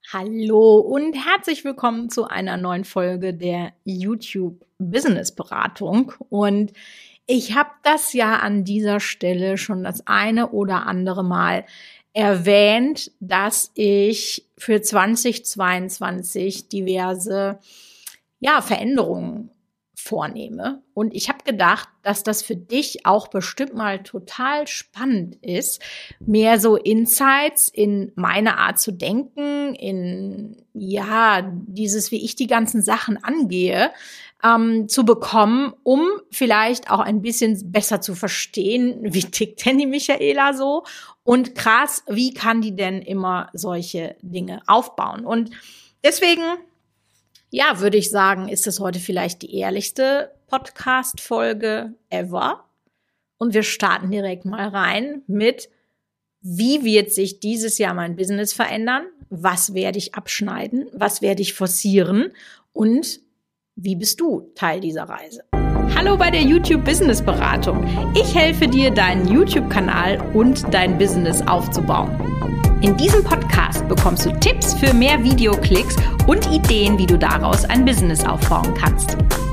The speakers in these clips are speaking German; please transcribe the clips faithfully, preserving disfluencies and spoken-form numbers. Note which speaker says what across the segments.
Speaker 1: Hallo und herzlich willkommen zu einer neuen Folge der YouTube Business Beratung. Und ich habe das ja an dieser Stelle schon das eine oder andere Mal erwähnt, dass ich für zweitausendzweiundzwanzig diverse ja, Veränderungen vornehme. Und ich habe gedacht, dass das für dich auch bestimmt mal total spannend ist, mehr so Insights in meine Art zu denken, in ja, dieses, wie ich die ganzen Sachen angehe, ähm, zu bekommen, um vielleicht auch ein bisschen besser zu verstehen, wie tickt denn die Michaela so und krass, wie kann die denn immer solche Dinge aufbauen? Und deswegen ja, würde ich sagen, ist es heute vielleicht die ehrlichste Podcast-Folge ever. Und wir starten direkt mal rein mit, wie wird sich dieses Jahr mein Business verändern? Was werde ich abschneiden? Was werde ich forcieren? Und wie bist du Teil dieser Reise? Hallo bei der YouTube Business Beratung. Ich helfe dir, deinen YouTube-Kanal und dein Business aufzubauen. In diesem Podcast bekommst du Tipps für mehr Videoklicks und Ideen, wie du daraus ein Business aufbauen kannst.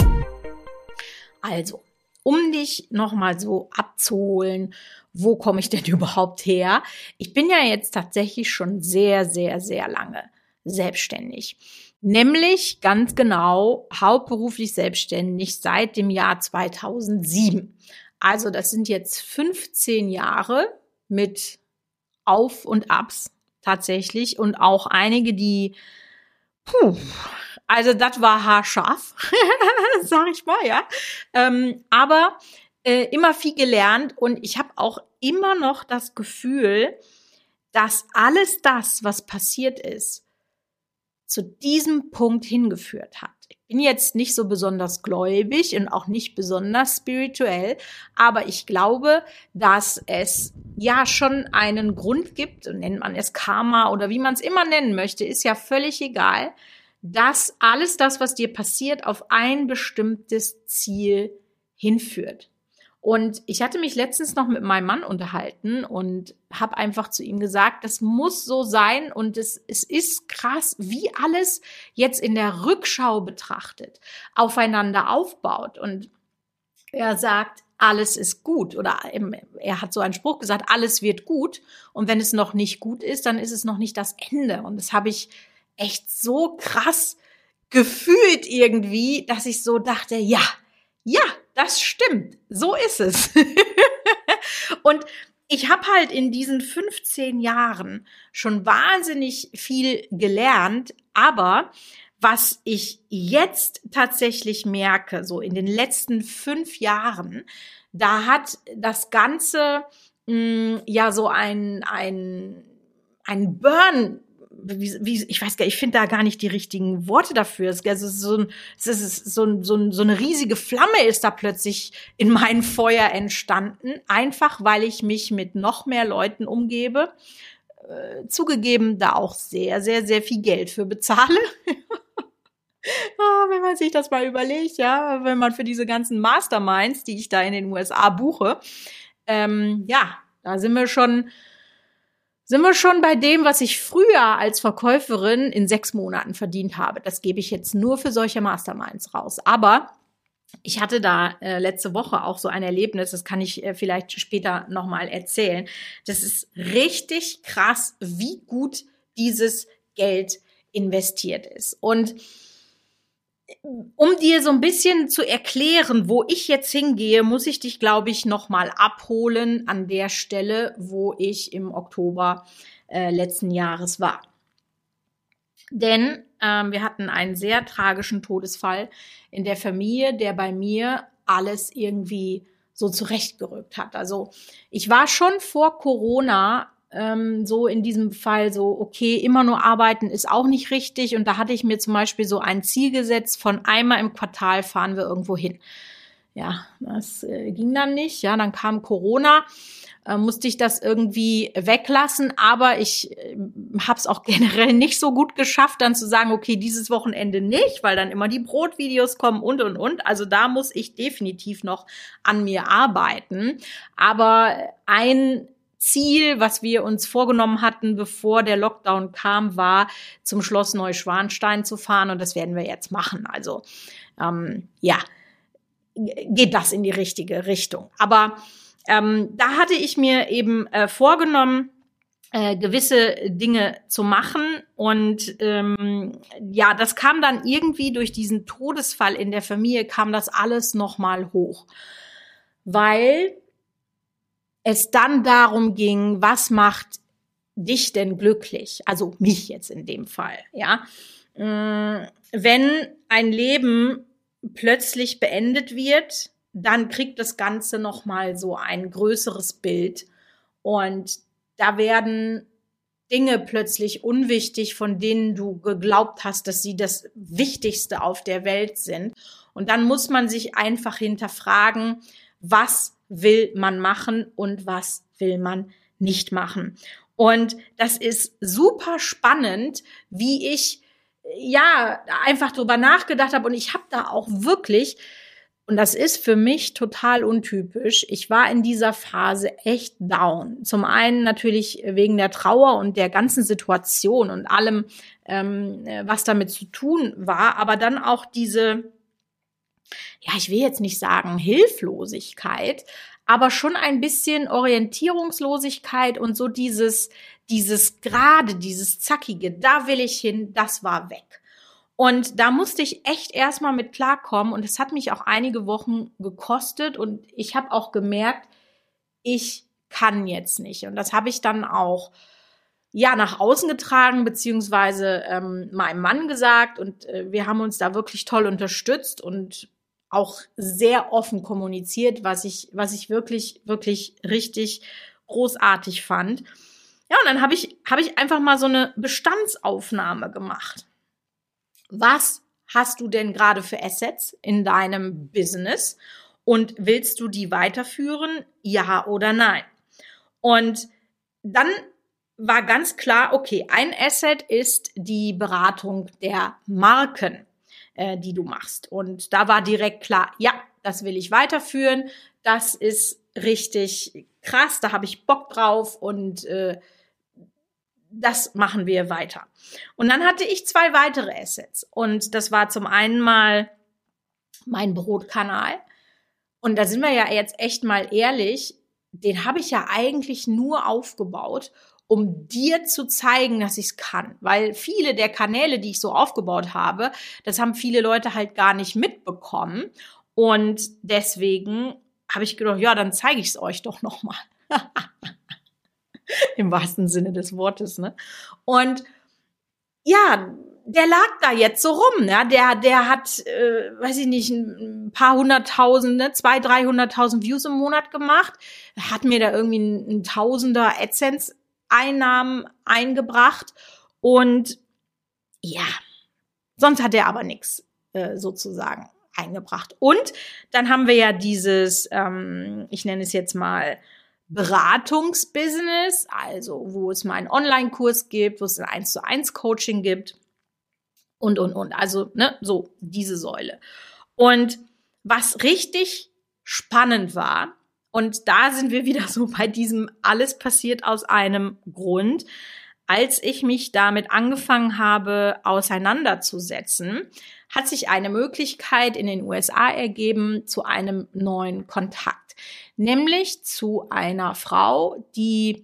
Speaker 1: Also, um dich nochmal so abzuholen, wo komme ich denn überhaupt her? Ich bin ja jetzt tatsächlich schon sehr, sehr, sehr lange selbstständig. Nämlich ganz genau hauptberuflich selbstständig seit dem Jahr zweitausendsieben. Also das sind jetzt fünfzehn Jahre mit Auf und Abs tatsächlich und auch einige, die, puh, also das war haarscharf, sag ich mal, ja. Ähm, aber äh, immer viel gelernt und ich habe auch immer noch das Gefühl, dass alles das, was passiert ist, zu diesem Punkt hingeführt hat. Ich bin jetzt nicht so besonders gläubig und auch nicht besonders spirituell, aber ich glaube, dass es ja schon einen Grund gibt, und nennt man es Karma oder wie man es immer nennen möchte, ist ja völlig egal, dass alles das, was dir passiert, auf ein bestimmtes Ziel hinführt. Und ich hatte mich letztens noch mit meinem Mann unterhalten und habe einfach zu ihm gesagt, das muss so sein und es, es ist krass, wie alles jetzt in der Rückschau betrachtet, aufeinander aufbaut. Und er sagt, alles ist gut oder er hat so einen Spruch gesagt, alles wird gut und wenn es noch nicht gut ist, dann ist es noch nicht das Ende. Und das habe ich echt so krass gefühlt irgendwie, dass ich so dachte, ja, ja, das stimmt, so ist es. Und ich habe halt in diesen fünfzehn Jahren schon wahnsinnig viel gelernt, aber was ich jetzt tatsächlich merke, so in den letzten fünf Jahren, da hat das Ganze mh, ja so ein, ein, ein Burn, Wie, wie, ich weiß gar nicht, ich finde da gar nicht die richtigen Worte dafür. Es ist so, ein, es ist so, ein, so, ein, so eine riesige Flamme ist da plötzlich in meinem Feuer entstanden, einfach weil ich mich mit noch mehr Leuten umgebe, äh, zugegeben da auch sehr, sehr, sehr viel Geld für bezahle. Ah, wenn man sich das mal überlegt, ja, wenn man für diese ganzen Masterminds, die ich da in den U S A buche, ähm, ja, da sind wir schon Sind wir schon bei dem, was ich früher als Verkäuferin in sechs Monaten verdient habe. Das gebe ich jetzt nur für solche Masterminds raus. Aber ich hatte da äh, letzte Woche auch so ein Erlebnis, das kann ich äh, vielleicht später nochmal erzählen. Das ist richtig krass, wie gut dieses Geld investiert ist. Und um dir so ein bisschen zu erklären, wo ich jetzt hingehe, muss ich dich, glaube ich, noch mal abholen an der Stelle, wo ich im Oktober äh, letzten Jahres war. Denn ähm, wir hatten einen sehr tragischen Todesfall in der Familie, der bei mir alles irgendwie so zurechtgerückt hat. Also ich war schon vor Corona ähm, so in diesem Fall so, okay, immer nur arbeiten ist auch nicht richtig. Und da hatte ich mir zum Beispiel so ein Ziel gesetzt, von einmal im Quartal fahren wir irgendwo hin. Ja, das äh, ging dann nicht. Ja, dann kam Corona, äh, musste ich das irgendwie weglassen. Aber ich äh, habe es auch generell nicht so gut geschafft, dann zu sagen, okay, dieses Wochenende nicht, weil dann immer die Brotvideos kommen und, und, und. Also da muss ich definitiv noch an mir arbeiten. Aber ein Ziel, was wir uns vorgenommen hatten, bevor der Lockdown kam, war, zum Schloss Neuschwanstein zu fahren. Und das werden wir jetzt machen. Also ähm, ja, geht das in die richtige Richtung. Aber ähm, da hatte ich mir eben äh, vorgenommen, äh, gewisse Dinge zu machen. Und ähm, ja, das kam dann irgendwie durch diesen Todesfall in der Familie, kam das alles nochmal hoch. Weil es dann darum ging, was macht dich denn glücklich? Also mich jetzt in dem Fall, ja. Wenn ein Leben plötzlich beendet wird, dann kriegt das Ganze nochmal so ein größeres Bild. Und da werden Dinge plötzlich unwichtig, von denen du geglaubt hast, dass sie das Wichtigste auf der Welt sind. Und dann muss man sich einfach hinterfragen, was will man machen und was will man nicht machen. Und das ist super spannend, wie ich ja einfach drüber nachgedacht habe. Und ich habe da auch wirklich, und das ist für mich total untypisch, ich war in dieser Phase echt down. Zum einen natürlich wegen der Trauer und der ganzen Situation und allem, ähm, was damit zu tun war, aber dann auch diese, ja, ich will jetzt nicht sagen Hilflosigkeit, aber schon ein bisschen Orientierungslosigkeit und so dieses, dieses Gerade, dieses Zackige, da will ich hin, das war weg. Und da musste ich echt erstmal mit klarkommen und es hat mich auch einige Wochen gekostet und ich habe auch gemerkt, ich kann jetzt nicht. Und das habe ich dann auch ja nach außen getragen, beziehungsweise ähm, meinem Mann gesagt und äh, wir haben uns da wirklich toll unterstützt und auch sehr offen kommuniziert, was ich, was ich wirklich, wirklich richtig großartig fand. Ja, und dann habe ich, habe ich einfach mal so eine Bestandsaufnahme gemacht. Was hast du denn gerade für Assets in deinem Business? Und willst du die weiterführen? Ja oder nein? Und dann war ganz klar, okay, ein Asset ist die Beratung der Marken, die du machst. Und da war direkt klar, ja, das will ich weiterführen. Das ist richtig krass, da habe ich Bock drauf und äh, das machen wir weiter. Und dann hatte ich zwei weitere Assets. Und das war zum einen mal mein Brotkanal. Und da sind wir ja jetzt echt mal ehrlich, den habe ich ja eigentlich nur aufgebaut, um dir zu zeigen, dass ich es kann. Weil viele der Kanäle, die ich so aufgebaut habe, das haben viele Leute halt gar nicht mitbekommen. Und deswegen habe ich gedacht, ja, dann zeige ich es euch doch nochmal. Im wahrsten Sinne des Wortes, ne? Und ja, der lag da jetzt so rum, ne? Der, der hat, äh, weiß ich nicht, ein paar hunderttausend, ne? Zwei, dreihunderttausend Views im Monat gemacht. Hat mir da irgendwie ein, ein Tausender AdSense Einnahmen eingebracht und ja, sonst hat er aber nichts äh, sozusagen eingebracht. Und dann haben wir ja dieses, ähm, ich nenne es jetzt mal Beratungsbusiness, also wo es mal einen Online-Kurs gibt, wo es ein eins zu eins Coaching gibt und, und, und. Also ne, so diese Säule. Und was richtig spannend war, und da sind wir wieder so bei diesem, alles passiert aus einem Grund. Als ich mich damit angefangen habe, auseinanderzusetzen, hat sich eine Möglichkeit in den U S A ergeben zu einem neuen Kontakt. Nämlich zu einer Frau, die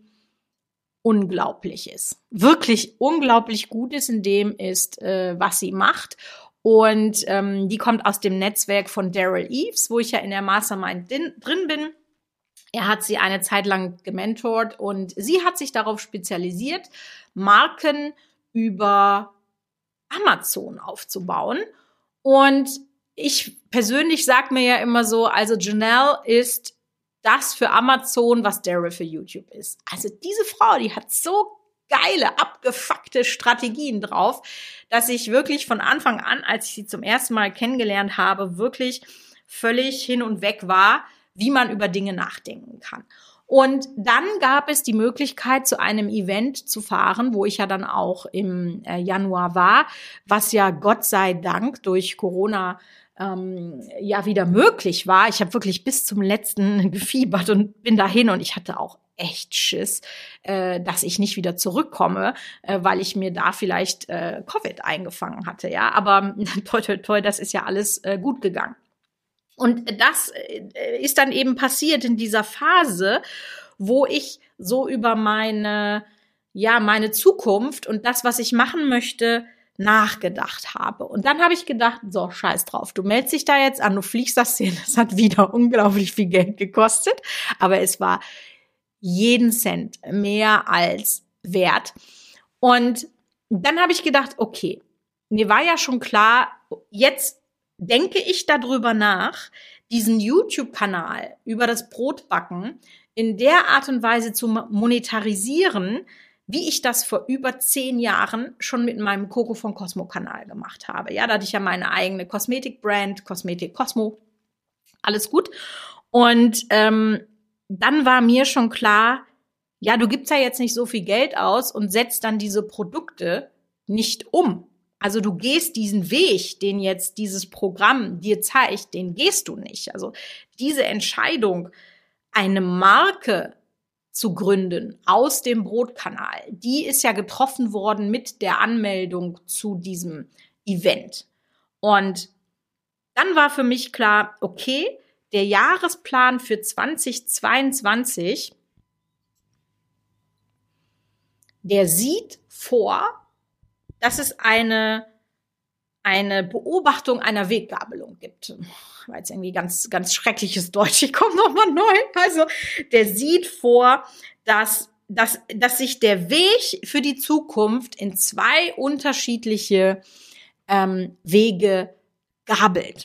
Speaker 1: unglaublich ist. Wirklich unglaublich gut ist in dem ist, äh, was sie macht. Und ähm, die kommt aus dem Netzwerk von Daryl Eves, wo ich ja in der Mastermind din- drin bin. Er hat sie eine Zeit lang gementort und sie hat sich darauf spezialisiert, Marken über Amazon aufzubauen. Und ich persönlich sage mir ja immer so, also Janelle ist das für Amazon, was Daryl für YouTube ist. Also diese Frau, die hat so geile, abgefuckte Strategien drauf, dass ich wirklich von Anfang an, als ich sie zum ersten Mal kennengelernt habe, wirklich völlig hin und weg war, wie man über Dinge nachdenken kann. Und dann gab es die Möglichkeit, zu einem Event zu fahren, wo ich ja dann auch im äh, Januar war, was ja Gott sei Dank durch Corona ähm, ja wieder möglich war. Ich habe wirklich bis zum letzten gefiebert und bin dahin und ich hatte auch echt Schiss, äh, dass ich nicht wieder zurückkomme, äh, weil ich mir da vielleicht äh, Covid eingefangen hatte. Ja, aber toi, toi, toi, das ist ja alles äh, gut gegangen. Und das äh, ist dann eben passiert in dieser Phase, wo ich so über meine, ja, meine Zukunft und das, was ich machen möchte, nachgedacht habe. Und dann habe ich gedacht, so, scheiß drauf, du meldest dich da jetzt an, du fliegst das hin. Das hat wieder unglaublich viel Geld gekostet, aber es war jeden Cent mehr als wert. Und dann habe ich gedacht, okay, mir war ja schon klar, jetzt denke ich darüber nach, diesen YouTube-Kanal über das Brotbacken in der Art und Weise zu monetarisieren, wie ich das vor über zehn Jahren schon mit meinem Coco von Cosmo-Kanal gemacht habe. Ja, da hatte ich ja meine eigene Kosmetik-Brand, Kosmetik Cosmo, alles gut. Und ähm, dann war mir schon klar, ja, du gibst ja jetzt nicht so viel Geld aus und setzt dann diese Produkte nicht um. Also du gehst diesen Weg, den jetzt dieses Programm dir zeigt, den gehst du nicht. Also diese Entscheidung, eine Marke zu gründen aus dem Brotkanal, die ist ja getroffen worden mit der Anmeldung zu diesem Event. Und dann war für mich klar, okay, der Jahresplan für zweitausendzweiundzwanzig, der sieht vor, dass es eine, eine Beobachtung einer Weggabelung gibt. War jetzt irgendwie ganz, ganz schreckliches Deutsch. Ich komme nochmal neu. Also, der sieht vor, dass, dass, dass sich der Weg für die Zukunft in zwei unterschiedliche ähm, Wege gabelt.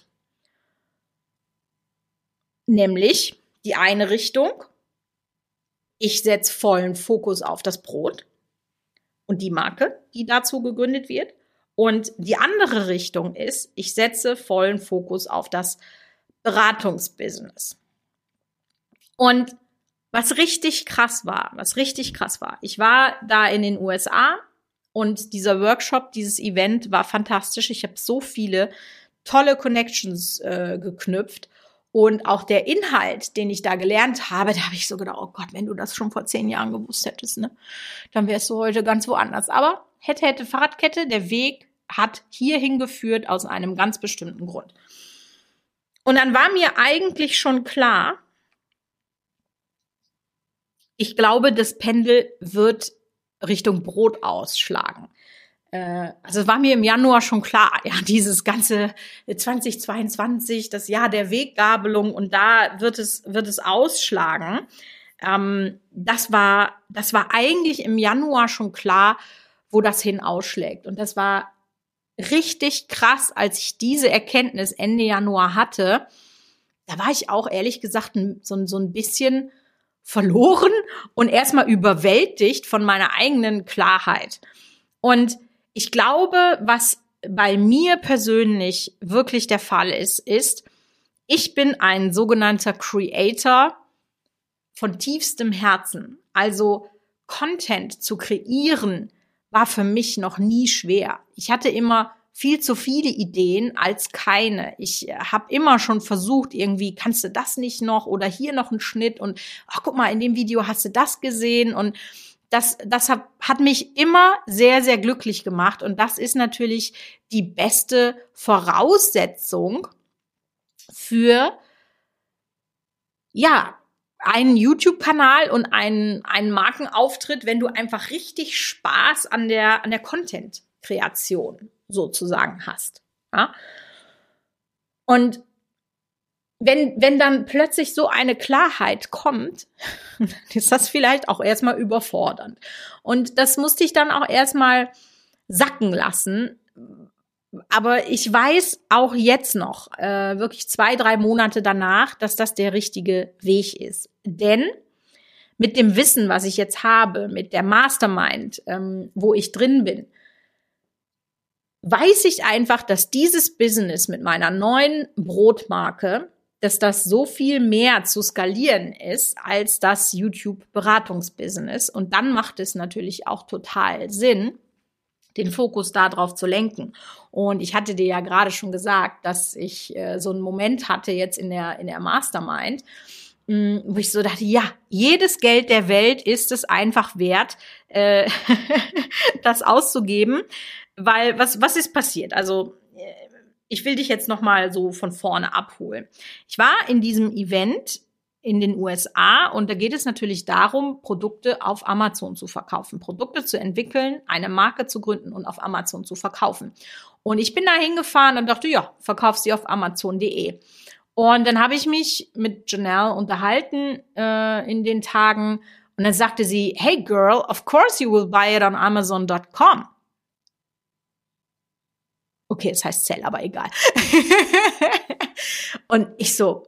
Speaker 1: Nämlich die eine Richtung, ich setze vollen Fokus auf das Brot und die Marke, die dazu gegründet wird. Und die andere Richtung ist, ich setze vollen Fokus auf das Beratungsbusiness. Und was richtig krass war, was richtig krass war, ich war da in den U S A und dieser Workshop, dieses Event war fantastisch. Ich habe so viele tolle Connections äh, geknüpft. Und auch der Inhalt, den ich da gelernt habe, da habe ich so gedacht, oh Gott, wenn du das schon vor zehn Jahren gewusst hättest, ne, dann wärst du heute ganz woanders. Aber hätte, hätte, Fahrradkette, der Weg hat hierhin geführt aus einem ganz bestimmten Grund. Und dann war mir eigentlich schon klar, ich glaube, das Pendel wird Richtung Brot ausschlagen. Also es war mir im Januar schon klar, ja, dieses ganze zweitausendzweiundzwanzig, das Jahr der Weggabelung und da wird es, wird es ausschlagen. Ähm, das war, das war eigentlich im Januar schon klar, wo das hin ausschlägt. Und das war richtig krass, als ich diese Erkenntnis Ende Januar hatte. Da war ich auch ehrlich gesagt so, so ein bisschen verloren und erstmal überwältigt von meiner eigenen Klarheit. Und ich glaube, was bei mir persönlich wirklich der Fall ist, ist, ich bin ein sogenannter Creator von tiefstem Herzen. Also Content zu kreieren war für mich noch nie schwer. Ich hatte immer viel zu viele Ideen als keine. Ich habe immer schon versucht, irgendwie, kannst du das nicht noch oder hier noch einen Schnitt und ach, guck mal, in dem Video hast du das gesehen und Das, das hat, hat mich immer sehr, sehr glücklich gemacht. Und das ist natürlich die beste Voraussetzung für, ja, einen YouTube-Kanal und einen, einen Markenauftritt, wenn du einfach richtig Spaß an der, an der Content-Kreation sozusagen hast. Ja? Und Wenn, wenn dann plötzlich so eine Klarheit kommt, ist das vielleicht auch erstmal überfordernd. Und das musste ich dann auch erstmal sacken lassen. Aber ich weiß auch jetzt noch, äh, wirklich zwei, drei Monate danach, dass das der richtige Weg ist. Denn mit dem Wissen, was ich jetzt habe, mit der Mastermind, ähm, wo ich drin bin, weiß ich einfach, dass dieses Business mit meiner neuen Brotmarke, dass das so viel mehr zu skalieren ist als das YouTube-Beratungsbusiness. Und dann macht es natürlich auch total Sinn, den Fokus darauf zu lenken. Und ich hatte dir ja gerade schon gesagt, dass ich äh, so einen Moment hatte jetzt in der, in der Mastermind, wo ich so dachte, ja, jedes Geld der Welt ist es einfach wert, äh, das auszugeben, weil was was ist passiert? Also ich will dich jetzt noch mal so von vorne abholen. Ich war in diesem Event in den U S A und da geht es natürlich darum, Produkte auf Amazon zu verkaufen, Produkte zu entwickeln, eine Marke zu gründen und auf Amazon zu verkaufen. Und ich bin da hingefahren und dachte, ja, verkauf sie auf Amazon punkt de. Und dann habe ich mich mit Janelle unterhalten äh, in den Tagen und dann sagte sie, hey girl, of course you will buy it on Amazon Punkt com. Okay, es heißt Sell, aber egal. Und ich so,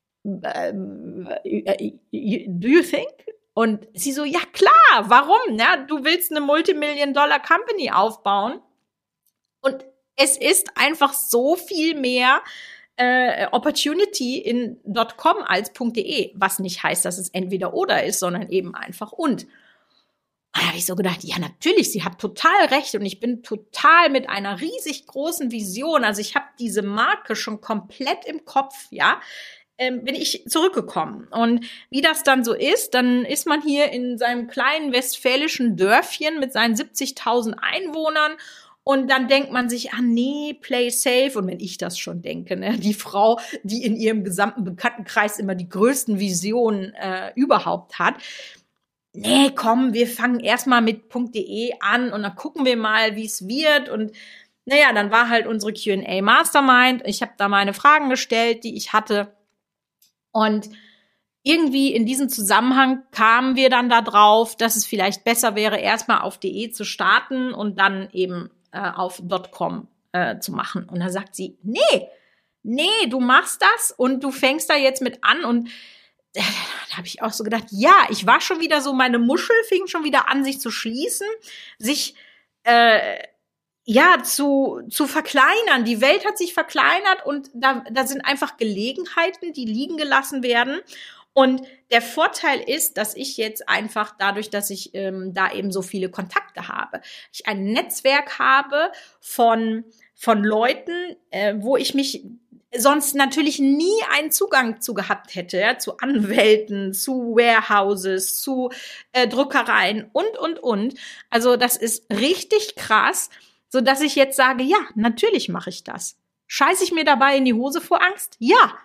Speaker 1: do you think? Und sie so, ja klar, warum? Ja, du willst eine Multimillion-Dollar-Company aufbauen. Und es ist einfach so viel mehr äh, Opportunity in .com als .de, was nicht heißt, dass es entweder oder ist, sondern eben einfach und. Und da habe ich so gedacht, ja natürlich, sie hat total recht und ich bin total mit einer riesig großen Vision, also ich habe diese Marke schon komplett im Kopf, ja, ähm, bin ich zurückgekommen. Und wie das dann so ist, dann ist man hier in seinem kleinen westfälischen Dörfchen mit seinen siebzigtausend Einwohnern und dann denkt man sich, ah nee, play safe. Und wenn ich das schon denke, ne, die Frau, die in ihrem gesamten Bekanntenkreis immer die größten Visionen äh, überhaupt hat, nee, komm, wir fangen erstmal mit .de an und dann gucken wir mal, wie es wird. Und naja, dann war halt unsere Q and A Mastermind. Ich habe da meine Fragen gestellt, die ich hatte. Und irgendwie in diesem Zusammenhang kamen wir dann da drauf, dass es vielleicht besser wäre, erstmal auf .de zu starten und dann eben äh, auf .com äh, zu machen. Und da sagt sie, nee, nee, du machst das und du fängst da jetzt mit an. Und da habe ich auch so gedacht, ja, ich war schon wieder so, meine Muschel fing schon wieder an, sich zu schließen, sich äh, ja zu zu verkleinern. Die Welt hat sich verkleinert und da da sind einfach Gelegenheiten, die liegen gelassen werden. Und der Vorteil ist, dass ich jetzt einfach dadurch, dass ich ähm, da eben so viele Kontakte habe, ich ein Netzwerk habe von von Leuten, äh, wo ich mich sonst natürlich nie einen Zugang zu gehabt hätte, ja, zu Anwälten, zu Warehouses, zu äh, Druckereien und, und, und. Also das ist richtig krass, so dass ich jetzt sage, ja, natürlich mache ich das. Scheiße ich mir dabei in die Hose vor Angst? Ja.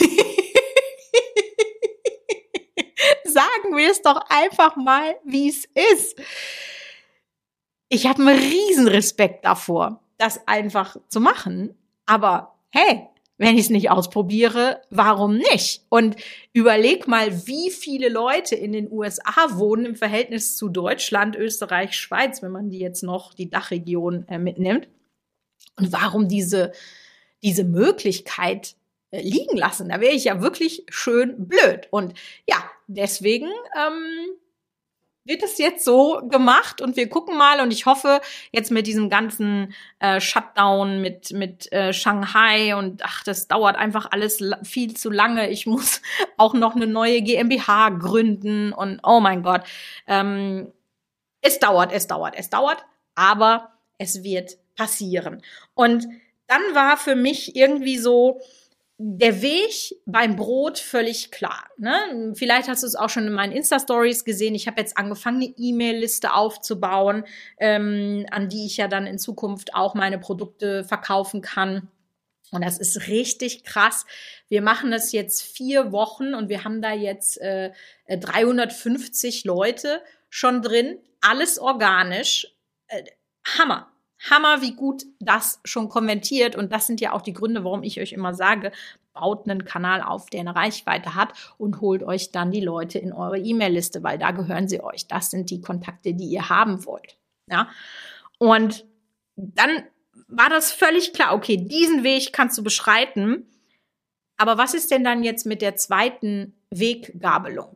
Speaker 1: Sagen wir es doch einfach mal, wie es ist. Ich habe einen riesen Respekt davor, das einfach zu machen. Aber hey, wenn ich es nicht ausprobiere, warum nicht? Und überleg mal, wie viele Leute in den U S A wohnen im Verhältnis zu Deutschland, Österreich, Schweiz, wenn man die jetzt noch die Dachregion äh, mitnimmt. Und warum diese, diese Möglichkeit äh, liegen lassen? Da wäre ich ja wirklich schön blöd. Und ja, deswegen ähm, wird es jetzt so gemacht und wir gucken mal und ich hoffe jetzt mit diesem ganzen äh, Shutdown mit mit äh, Shanghai und ach, das dauert einfach alles viel zu lange. Ich muss auch noch eine neue GmbH gründen und oh mein Gott, ähm, es dauert, es dauert, es dauert, aber es wird passieren. Und dann war für mich irgendwie so der Weg beim Brot völlig klar. Ne? Vielleicht hast du es auch schon in meinen Insta-Stories gesehen. Ich habe jetzt angefangen, eine E-Mail-Liste aufzubauen, ähm, an die ich ja dann in Zukunft auch meine Produkte verkaufen kann. Und das ist richtig krass. Wir machen das jetzt vier Wochen und wir haben da jetzt äh, dreihundertfünfzig Leute schon drin. Alles organisch. Äh, Hammer. Hammer, wie gut das schon konvertiert. Und das sind ja auch die Gründe, warum ich euch immer sage, baut einen Kanal auf, der eine Reichweite hat und holt euch dann die Leute in eure E-Mail-Liste, weil da gehören sie euch. Das sind die Kontakte, die ihr haben wollt. Ja. Und dann war das völlig klar, okay, diesen Weg kannst du beschreiten. Aber was ist denn dann jetzt mit der zweiten Weggabelung?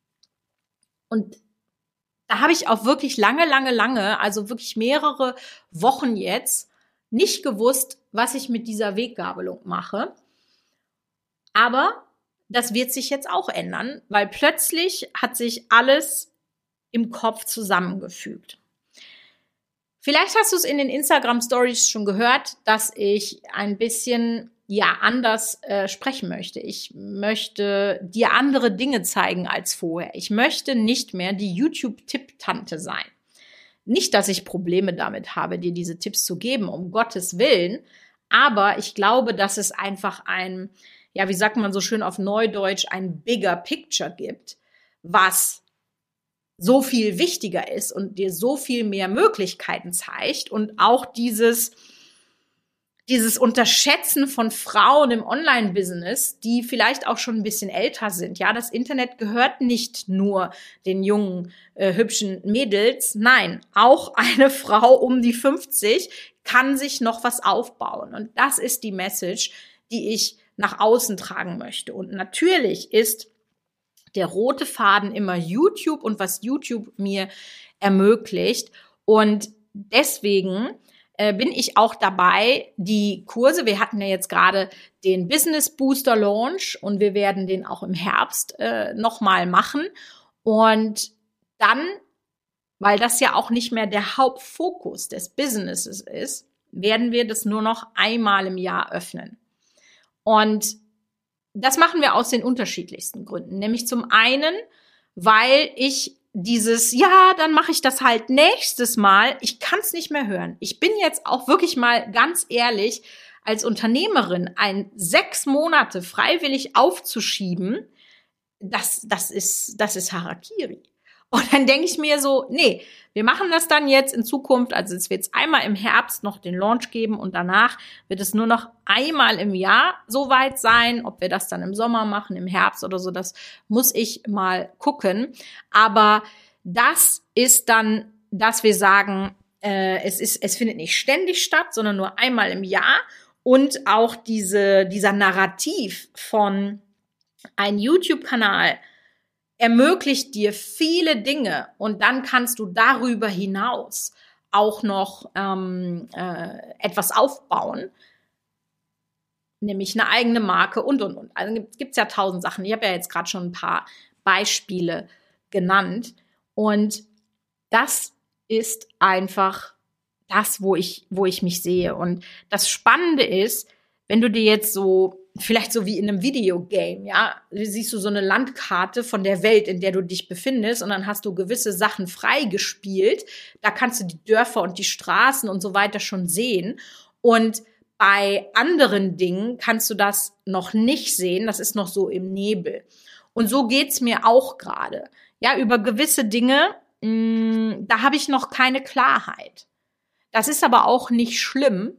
Speaker 1: Und da habe ich auch wirklich lange, lange, lange, also wirklich mehrere Wochen jetzt, nicht gewusst, was ich mit dieser Weggabelung mache. Aber das wird sich jetzt auch ändern, weil plötzlich hat sich alles im Kopf zusammengefügt. Vielleicht hast du es in den Instagram-Stories schon gehört, dass ich ein bisschen ja anders äh, sprechen möchte. Ich möchte dir andere Dinge zeigen als vorher. Ich möchte nicht mehr die YouTube-Tipp-Tante sein. Nicht, dass ich Probleme damit habe, dir diese Tipps zu geben, um Gottes Willen. Aber ich glaube, dass es einfach ein, ja, wie sagt man so schön auf Neudeutsch, ein bigger picture gibt, was so viel wichtiger ist und dir so viel mehr Möglichkeiten zeigt und auch dieses Dieses Unterschätzen von Frauen im Online-Business, die vielleicht auch schon ein bisschen älter sind. Ja, das Internet gehört nicht nur den jungen, äh, hübschen Mädels. Nein, auch eine Frau um die fünfzig kann sich noch was aufbauen. Und das ist die Message, die ich nach außen tragen möchte. Und natürlich ist der rote Faden immer YouTube und was YouTube mir ermöglicht. Und deswegen bin ich auch dabei, die Kurse, wir hatten ja jetzt gerade den Business Booster Launch und wir werden den auch im Herbst äh, nochmal machen. Und dann, weil das ja auch nicht mehr der Hauptfokus des Businesses ist, werden wir das nur noch einmal im Jahr öffnen. Und das machen wir aus den unterschiedlichsten Gründen. Nämlich zum einen, weil ich dieses, ja, dann mache ich das halt nächstes Mal. Ich kann es nicht mehr hören. Ich bin jetzt auch wirklich mal ganz ehrlich, als Unternehmerin ein sechs Monate freiwillig aufzuschieben, das, das ist, das ist Harakiri. Und dann denke ich mir so, nee, wir machen das dann jetzt in Zukunft, also es wird einmal im Herbst noch den Launch geben und danach wird es nur noch einmal im Jahr soweit sein. Ob wir das dann im Sommer machen, im Herbst oder so, das muss ich mal gucken. Aber das ist dann, dass wir sagen, äh, es ist, es findet nicht ständig statt, sondern nur einmal im Jahr. Und auch diese, dieser Narrativ von ein YouTube-Kanal ermöglicht dir viele Dinge und dann kannst du darüber hinaus auch noch ähm, äh, etwas aufbauen, nämlich eine eigene Marke und, und, und. Also gibt es ja tausend Sachen. Ich habe ja jetzt gerade schon ein paar Beispiele genannt und das ist einfach das, wo ich, wo ich mich sehe. Und das Spannende ist, wenn du dir jetzt so vielleicht so wie in einem Videogame, ja, siehst du so eine Landkarte von der Welt, in der du dich befindest und dann hast du gewisse Sachen freigespielt. Da kannst du die Dörfer und die Straßen und so weiter schon sehen. Und bei anderen Dingen kannst du das noch nicht sehen. Das ist noch so im Nebel. Und so geht's mir auch gerade. Ja, über gewisse Dinge, mh, da habe ich noch keine Klarheit. Das ist aber auch nicht schlimm,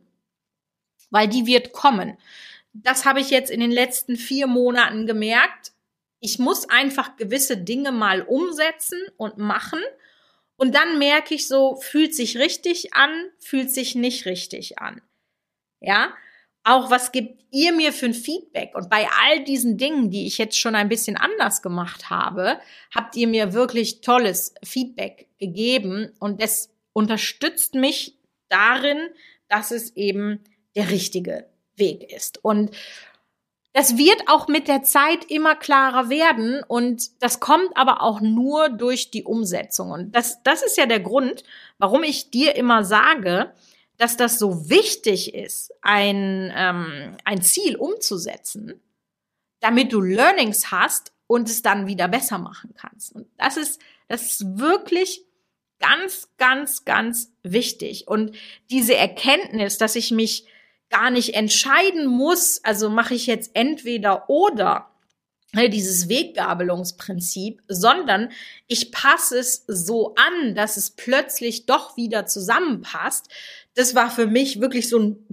Speaker 1: weil die wird kommen. Das habe ich jetzt in den letzten vier Monaten gemerkt. Ich muss einfach gewisse Dinge mal umsetzen und machen. Und dann merke ich so, fühlt sich richtig an, fühlt sich nicht richtig an. Ja, auch was gibt ihr mir für ein Feedback? Und bei all diesen Dingen, die ich jetzt schon ein bisschen anders gemacht habe, habt ihr mir wirklich tolles Feedback gegeben. Und das unterstützt mich darin, dass es eben der richtige Weg ist. Und das wird auch mit der Zeit immer klarer werden und das kommt aber auch nur durch die Umsetzung. Und das, das ist ja der Grund, warum ich dir immer sage, dass das so wichtig ist, ein, ähm, ein Ziel umzusetzen, damit du Learnings hast und es dann wieder besser machen kannst. Und das ist, das ist wirklich ganz, ganz, ganz wichtig. Und diese Erkenntnis, dass ich mich gar nicht entscheiden muss, also mache ich jetzt entweder oder, dieses Weggabelungsprinzip, sondern ich passe es so an, dass es plötzlich doch wieder zusammenpasst. Das war für mich wirklich so ein,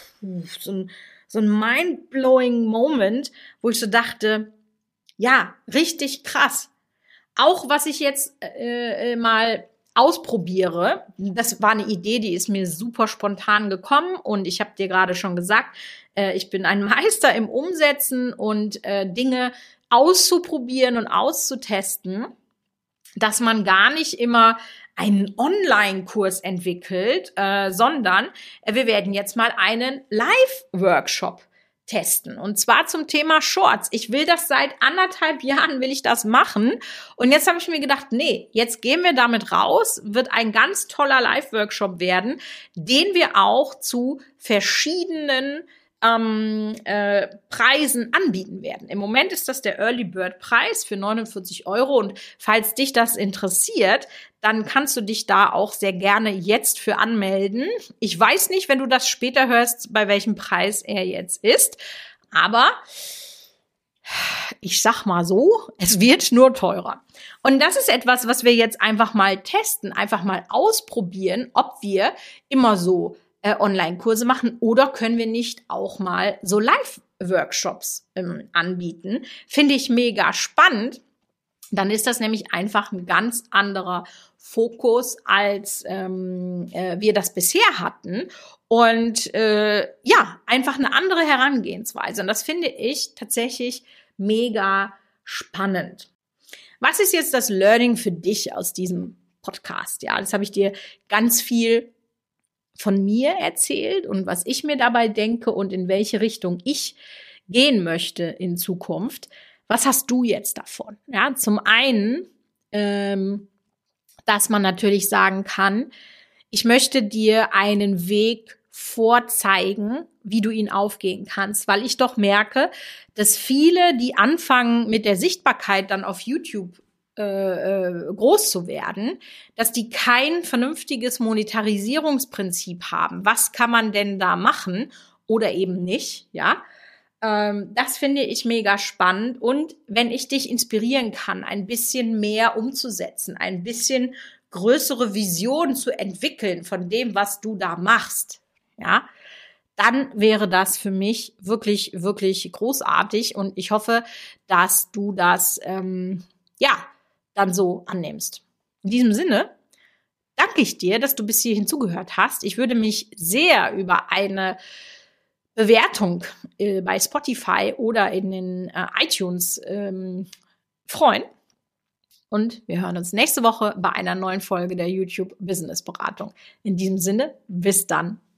Speaker 1: so ein, so ein mind-blowing Moment, wo ich so dachte, ja, richtig krass. Auch was ich jetzt äh, mal ausprobiere, das war eine Idee, die ist mir super spontan gekommen und ich habe dir gerade schon gesagt, äh, ich bin ein Meister im Umsetzen und äh, Dinge auszuprobieren und auszutesten, dass man gar nicht immer einen Online-Kurs entwickelt, äh, sondern äh, wir werden jetzt mal einen Live-Workshop testen. Und zwar zum Thema Shorts. Ich will das seit anderthalb Jahren, will ich das machen. Und jetzt habe ich mir gedacht, nee, jetzt gehen wir damit raus, wird ein ganz toller Live-Workshop werden, den wir auch zu verschiedenen ähm, äh, Preisen anbieten werden. Im Moment ist das der Early Bird Preis für neunundvierzig Euro und falls dich das interessiert, dann kannst du dich da auch sehr gerne jetzt für anmelden. Ich weiß nicht, wenn du das später hörst, bei welchem Preis er jetzt ist, aber ich sag mal so, es wird nur teurer. Und das ist etwas, was wir jetzt einfach mal testen, einfach mal ausprobieren, ob wir immer so äh, Online-Kurse machen oder können wir nicht auch mal so Live-Workshops ähm, anbieten. Finde ich mega spannend. Dann ist das nämlich einfach ein ganz anderer Fokus, als ähm, äh, wir das bisher hatten. Und äh, ja, einfach eine andere Herangehensweise. Und das finde ich tatsächlich mega spannend. Was ist jetzt das Learning für dich aus diesem Podcast? Ja, das habe ich dir ganz viel von mir erzählt und was ich mir dabei denke und in welche Richtung ich gehen möchte in Zukunft. Was hast du jetzt davon? Ja, zum einen, ähm, dass man natürlich sagen kann, ich möchte dir einen Weg vorzeigen, wie du ihn aufgehen kannst, weil ich doch merke, dass viele, die anfangen mit der Sichtbarkeit dann auf YouTube äh, äh, groß zu werden, dass die kein vernünftiges Monetarisierungsprinzip haben. Was kann man denn da machen oder eben nicht, ja? Ähm, das finde ich mega spannend und wenn ich dich inspirieren kann, ein bisschen mehr umzusetzen, ein bisschen größere Vision zu entwickeln von dem, was du da machst, ja, dann wäre das für mich wirklich, wirklich großartig und ich hoffe, dass du das, ähm, ja, dann so annimmst. In diesem Sinne danke ich dir, dass du bis hierhin zugehört hast. Ich würde mich sehr über eine Bewertung äh, bei Spotify oder in den äh, iTunes ähm, freuen. Und wir hören uns nächste Woche bei einer neuen Folge der YouTube Business Beratung. In diesem Sinne, bis dann.